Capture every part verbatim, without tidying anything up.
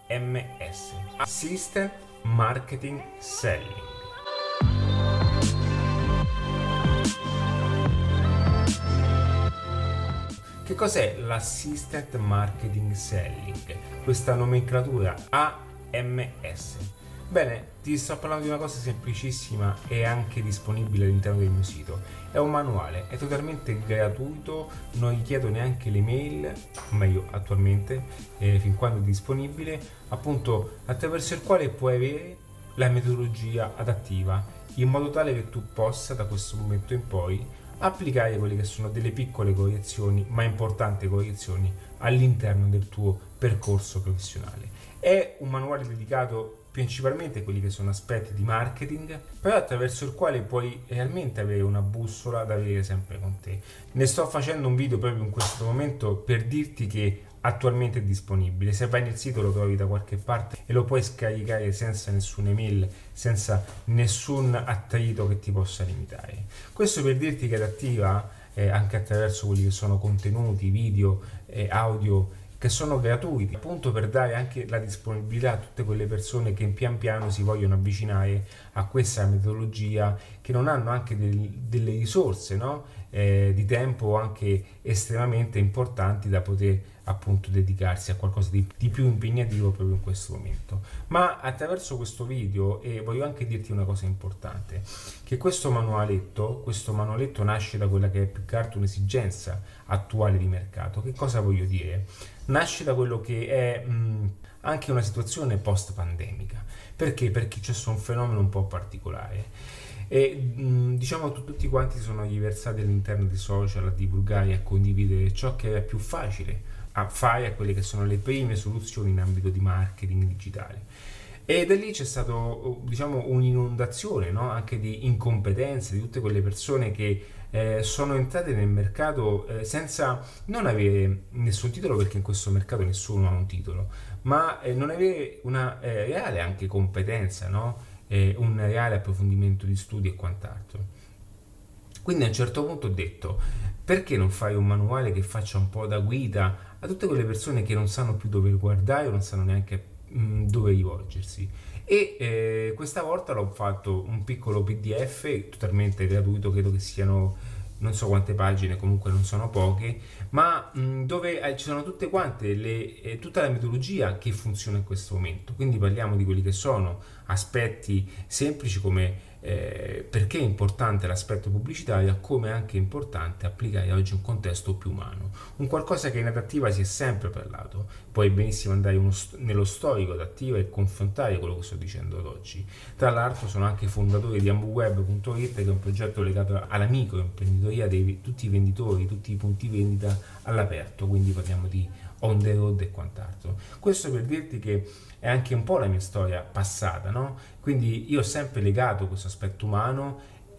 M S, Assistant Marketing Selling. Che cos'è l'Assistant Marketing Selling? Questa nomenclatura A M S. Bene, ti sto parlando di una cosa semplicissima e anche disponibile all'interno del mio sito. È un manuale, è totalmente gratuito, non gli chiedo neanche l'email, o meglio attualmente, eh, fin quando è disponibile, appunto attraverso il quale puoi avere la metodologia adattiva, in modo tale che tu possa da questo momento in poi applicare quelle che sono delle piccole correzioni, ma importanti correzioni all'interno del tuo percorso professionale. È un manuale dedicato principalmente a quelli che sono aspetti di marketing, però attraverso il quale puoi realmente avere una bussola da avere sempre con te. Ne sto facendo un video proprio in questo momento per dirti che attualmente è disponibile. Se vai nel sito lo trovi da qualche parte e lo puoi scaricare senza nessuna email, senza nessun attrito che ti possa limitare. Questo per dirti che è attiva eh, anche attraverso quelli che sono contenuti, video, eh, audio, che sono gratuiti, appunto per dare anche la disponibilità a tutte quelle persone che pian piano si vogliono avvicinare a questa metodologia, che non hanno anche del, delle risorse, no? eh, di tempo anche estremamente importanti da poter appunto dedicarsi a qualcosa di, di più impegnativo proprio in questo momento. Ma attraverso questo video, e voglio anche dirti una cosa importante, che questo manualetto, questo manualetto nasce da quella che è più che altro un'esigenza attuale di mercato. Che cosa voglio dire? Nasce da quello che è mh, anche una situazione post pandemica. Perché? Perché c'è un fenomeno un po' particolare e mh, diciamo che tutti quanti sono riversati all'interno dei social a divulgare e a condividere ciò che è più facile a fare, a quelle che sono le prime soluzioni in ambito di marketing digitale. E da lì c'è stato, diciamo, un'inondazione, no? Anche di incompetenze di tutte quelle persone che eh, sono entrate nel mercato eh, senza non avere nessun titolo, perché in questo mercato nessuno ha un titolo, ma eh, non avere una eh, reale anche competenza, no? eh, un reale approfondimento di studi e quant'altro. Quindi a un certo punto ho detto: perché non fai un manuale che faccia un po' da guida a tutte quelle persone che non sanno più dove guardare o non sanno neanche mh, dove rivolgersi? E eh, questa volta l'ho fatto un piccolo P D F totalmente gratuito, credo che siano non so quante pagine, comunque non sono poche, ma mh, dove eh, ci sono tutte quante le, eh, tutta la metodologia che funziona in questo momento. Quindi parliamo di quelli che sono aspetti semplici come eh, perché è importante l'aspetto pubblicitario, come anche è importante applicare oggi un contesto più umano, un qualcosa che in Adattiva si è sempre parlato. Puoi benissimo andare uno st- nello storico Adattiva e confrontare quello che sto dicendo ad oggi. Tra l'altro sono anche fondatore di ambuweb punto it, che è un progetto legato alla microimprenditoria dei tutti i venditori, tutti i punti vendita all'aperto, quindi parliamo di on the road e quant'altro. Questo per dirti che è anche un po' la mia storia passata, no? Quindi io ho sempre legato questo aspetto umano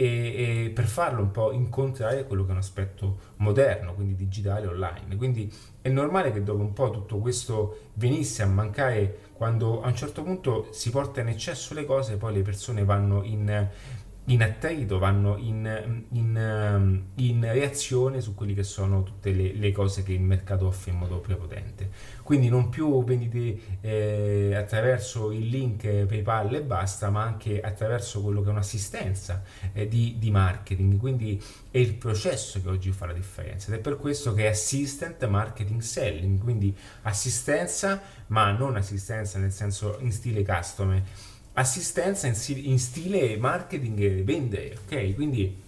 e, e per farlo un po' incontrare quello che è un aspetto moderno, quindi digitale, online. Quindi è normale che dopo un po' tutto questo venisse a mancare, quando a un certo punto si porta in eccesso le cose, poi le persone vanno in in attrito, vanno in, in, in reazione su quelli che sono tutte le, le cose che il mercato offre in modo prepotente. Quindi non più vendite eh, attraverso il link PayPal e basta, ma anche attraverso quello che è un'assistenza eh, di, di marketing. Quindi è il processo che oggi fa la differenza, ed è per questo che è Assistant Marketing Selling, quindi assistenza, ma non assistenza nel senso in stile customer, assistenza in, si- in stile marketing e vendere, ok? Quindi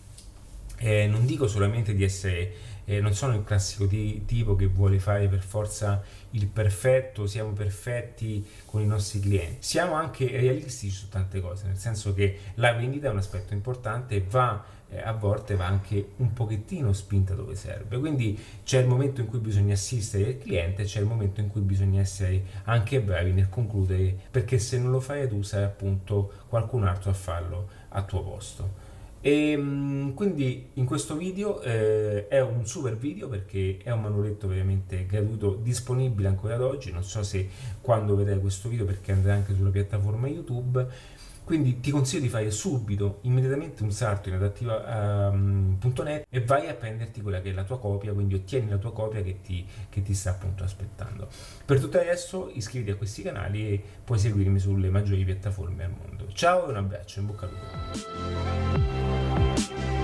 eh, non dico solamente di essere, eh, non sono il classico ti- tipo che vuole fare per forza il perfetto, siamo perfetti con i nostri clienti, siamo anche realistici su tante cose, nel senso che la vendita è un aspetto importante e va eh, a volte va anche un pochettino spinta dove serve. Quindi c'è il momento in cui bisogna assistere il cliente, c'è il momento in cui bisogna essere anche bravi nel concludere, perché se non lo fai tu sarà appunto qualcun altro a farlo a tuo posto. E mh, quindi in questo video eh, è un super video, perché è un manualetto veramente gratuito, disponibile ancora ad oggi. Non so se quando vedrai questo video, perché andrà anche sulla piattaforma YouTube. Quindi ti consiglio di fare subito, immediatamente un salto in adattiva punto net e vai a prenderti quella che è la tua copia, quindi ottieni la tua copia che ti, che ti sta appunto aspettando. Per tutto il resto iscriviti a questi canali e puoi seguirmi sulle maggiori piattaforme al mondo. Ciao e un abbraccio, in bocca al lupo.